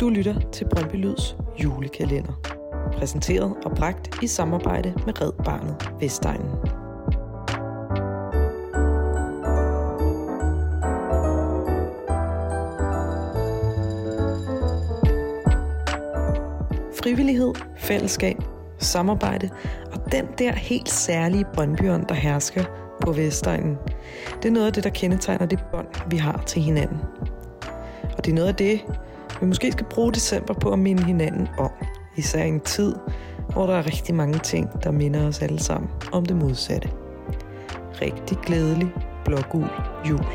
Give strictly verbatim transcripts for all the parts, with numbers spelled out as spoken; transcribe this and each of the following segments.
Du lytter til Brøndby Lyds julekalender. Præsenteret og bragt i samarbejde med Red Barnet Vestegnen. Frivillighed, fællesskab, samarbejde og den der helt særlige Brøndbyånd, der hersker på Vestegnen. Det er noget af det, der kendetegner det bånd, vi har til hinanden. Og det er noget af det, vi måske skal bruge december på at minde hinanden om. Især i en tid, hvor der er rigtig mange ting, der minder os alle sammen om det modsatte. Rigtig glædelig blågul jul.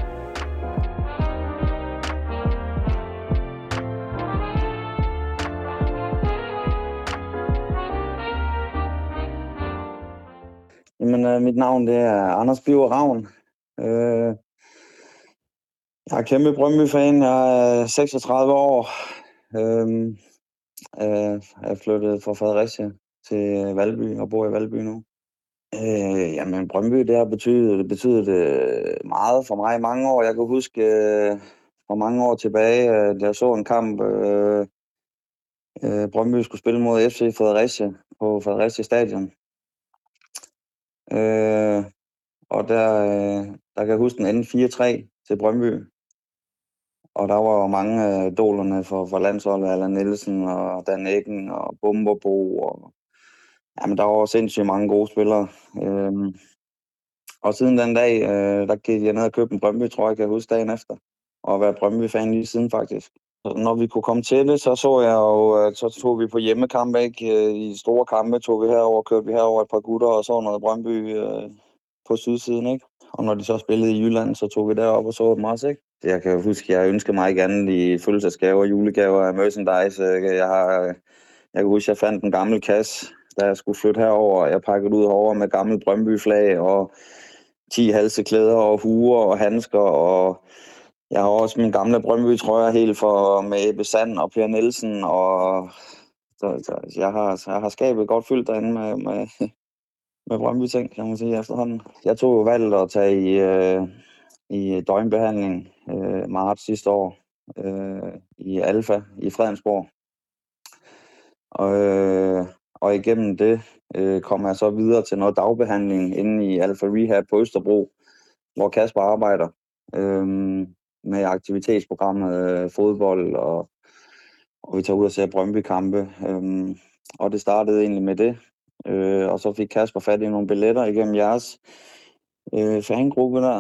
Jamen, øh, mit navn det er Anders Biver Ravn. Øh, jeg er kæmpe Brøndby-fan. Jeg er seksogtredive år. Øh, øh, jeg er flyttet fra Fredericia til Valby og bor i Valby nu. Øh, jamen, Brøndby det har betydet, det betydet øh, meget for mig i mange år. Jeg kan huske øh, for mange år tilbage, øh, da jeg så en kamp, øh, øh, Brøndby skulle spille mod F C Fredericia på Fredericia Stadion. Øh, og der, øh, der kan jeg huske den endte fire tre til Brøndby. Og der var jo mange af øh, dolerne for, for landsholdet, Allan Nielsen og Dan Eggen og Bumberbo. Og, jamen, der var sindssygt mange gode spillere. Øh, og siden den dag, øh, der gik jeg ned og købte en Brøndby, tror jeg, kan jeg huske dagen efter. Og været Brøndby-fan lige siden faktisk. Så når vi kunne komme til det, så så jeg jo, så tog vi på hjemmekampe, ikke? I store kampe tog vi herover, kørte vi herover et par gutter og så noget Brøndby øh, på sydsiden, ikke? Og når de så spillede i Jylland, så tog vi derop og så dem også, ikke? Jeg kan huske, jeg ønskede mig ikke andet i fødselsdagsgaver, julegaver, merchandise. Jeg har, jeg kan huske, jeg fandt en gammel kasse, da jeg skulle flytte herover. Jeg pakkede ud herover med gammel Brøndby-flag og ti halseklæder og huer og handsker og jeg har også min gamle Brøndby-trøjer helt for med Ebbe Sand og Per Nielsen, og så, så jeg, har, jeg har skabet godt fyldt derinde med, med, med Brøndby-ting, kan man sige, efterhånden. Jeg tog valget at tage i, øh, i døgnbehandling øh, marts sidste år øh, i Alfa i Fredensborg. Og, øh, og igennem det øh, kom jeg så videre til noget dagbehandling inde i Alfa Rehab på Østerbro, hvor Kasper arbejder. Øh, med aktivitetsprogrammet, øh, fodbold, og, og vi tager ud og ser Brøndby-kampe. Øhm, og det startede egentlig med det. Øh, og så fik Kasper fat i nogle billetter igennem jeres øh, fangruppe der.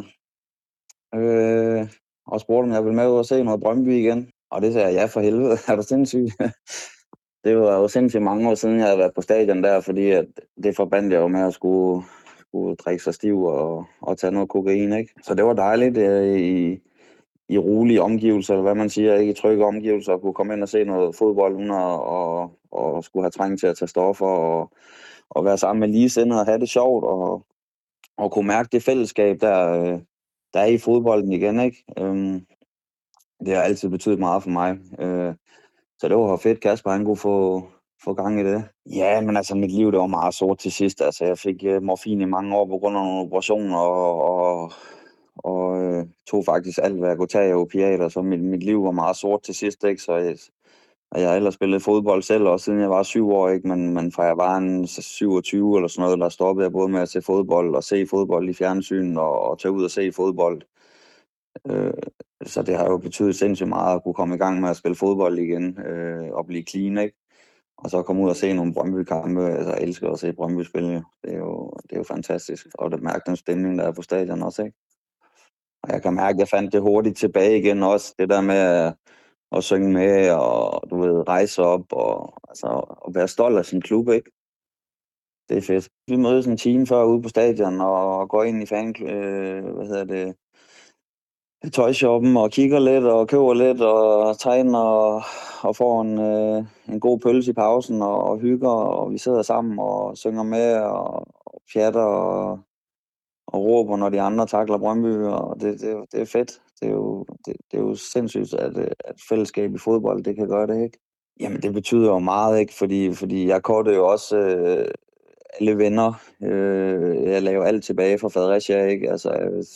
Øh, og spurgte, om jeg ville med ud og se noget Brøndby igen. Og det sagde jeg, ja for helvede, er du sindssygt? Det var jo sindssygt mange år siden, jeg havde været på stadion der, fordi at det forbandt jeg jo med at skulle, skulle drikke sig stiv og, og tage noget kokain, ikke? Så det var dejligt øh, i i rolige omgivelser, eller hvad man siger, ikke i trygge omgivelser, at kunne komme ind og se noget fodbold, uden at, og, og skulle have trængt til at tage stoffer, og, og være sammen med ligesindede og have det sjovt, og, og kunne mærke det fællesskab, der, der er i fodbolden igen, ikke? Øhm, det har altid betydet meget for mig. Øh, så det var fedt, Kasper, han kunne få, få gang i det. Ja, men altså, mit liv, det var meget sort til sidst. Altså, jeg fik uh, morfin i mange år på grund af nogle operationer, og, og og øh, tog faktisk alt, hvad jeg kunne tage af opiater, så mit, mit liv var meget sort til sidst, ikke? Så jeg, jeg har ellers spillet fodbold selv, også siden jeg var syv år, ikke? Men, men fra jeg var en syvogtyve eller sådan noget, der stoppede jeg både med at se fodbold og se fodbold i fjernsyn og, og tage ud og se fodbold. Øh, så det har jo betydet sindssygt meget at kunne komme i gang med at spille fodbold igen øh, og blive clean, ikke? Og så komme ud og se nogle Brøndby-kampe. Altså, jeg elsker at se Brøndby spille. Det er jo, det er jo fantastisk. Og det mærker den stemning, der er på stadion også, ikke? Og jeg kan mærke, at jeg fandt det hurtigt tilbage igen også. Det der med at, at synge med og du ved, rejse op og altså, at være stolt af sin klub, ikke? Det er fedt. Vi mødes en time før ude på stadion og går ind i fan, øh, hvad hedder det, tøjshoppen og kigger lidt og køber lidt og tegner og, og får en, øh, en god pølse i pausen og, og hygger, og vi sidder sammen og synger med og, og pjatter og og råber, når de andre takler Brøndby, og det, det, det er fedt. Det er jo, det, det er jo sindssygt, at, at fællesskab i fodbold, det kan gøre det, ikke? Jamen, det betyder jo meget, ikke? Fordi, fordi jeg kortede jo også øh, alle venner. Øh, jeg lavede alt tilbage fra Fredericia, ikke? Altså,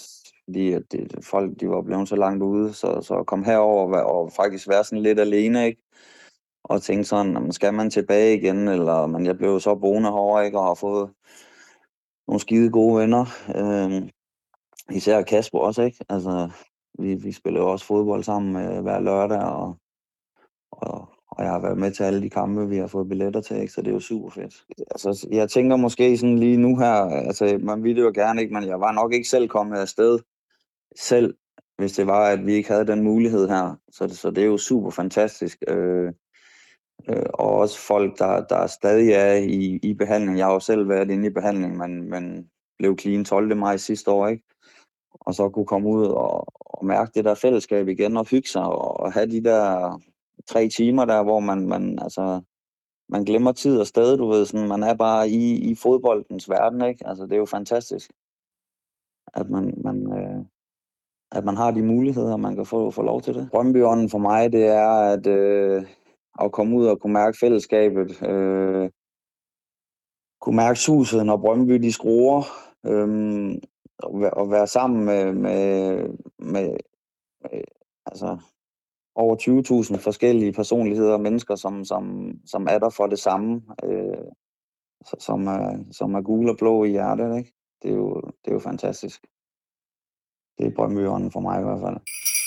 fordi at det, folk de var blevet så langt ude, så, så at komme herover og, være- og faktisk være sådan lidt alene, ikke? Og tænke sådan, jamen, skal man tilbage igen, eller, men jeg blev så boende herovre, ikke? Og har fået nogle skide gode venner, øhm, især Kasper også, ikke? Altså, vi, vi spiller jo også fodbold sammen øh, hver lørdag, og, og, og jeg har været med til alle de kampe, vi har fået billetter til, ikke? Så det er jo super fedt. Altså, jeg tænker måske sådan lige nu her, altså, man ville det jo gerne, ikke? Men jeg var nok ikke selv kommet afsted selv, hvis det var, at vi ikke havde den mulighed her. Så, så det er jo super fantastisk. Øh, øh, og også folk, der, der stadig er i, i behandling. Jeg har jo selv været inde i behandling, men, men blev clean tolvte maj sidste år, ikke? Og så kunne komme ud og, og mærke det der fællesskab igen, og hygge sig, og, og have de der tre timer der, hvor man, man, altså, man glemmer tid og sted, du ved, sådan, man er bare i, i fodboldens verden, ikke? Altså, det er jo fantastisk, at man, man, øh, at man har de muligheder, man kan få, få lov til det. Brøndbyånden for mig, det er at, øh, at komme ud og kunne mærke fællesskabet, øh, kunne mærke suset, når Brøndby de skruer, øh, og, væ- og være sammen med, med, med, med altså, over tyve tusind forskellige personligheder og mennesker, som, som, som er der for det samme, øh, som, er, som er gule og blå i hjertet, ikke? Det er jo, det er jo fantastisk. Det er Brøndbyånden for mig i hvert fald.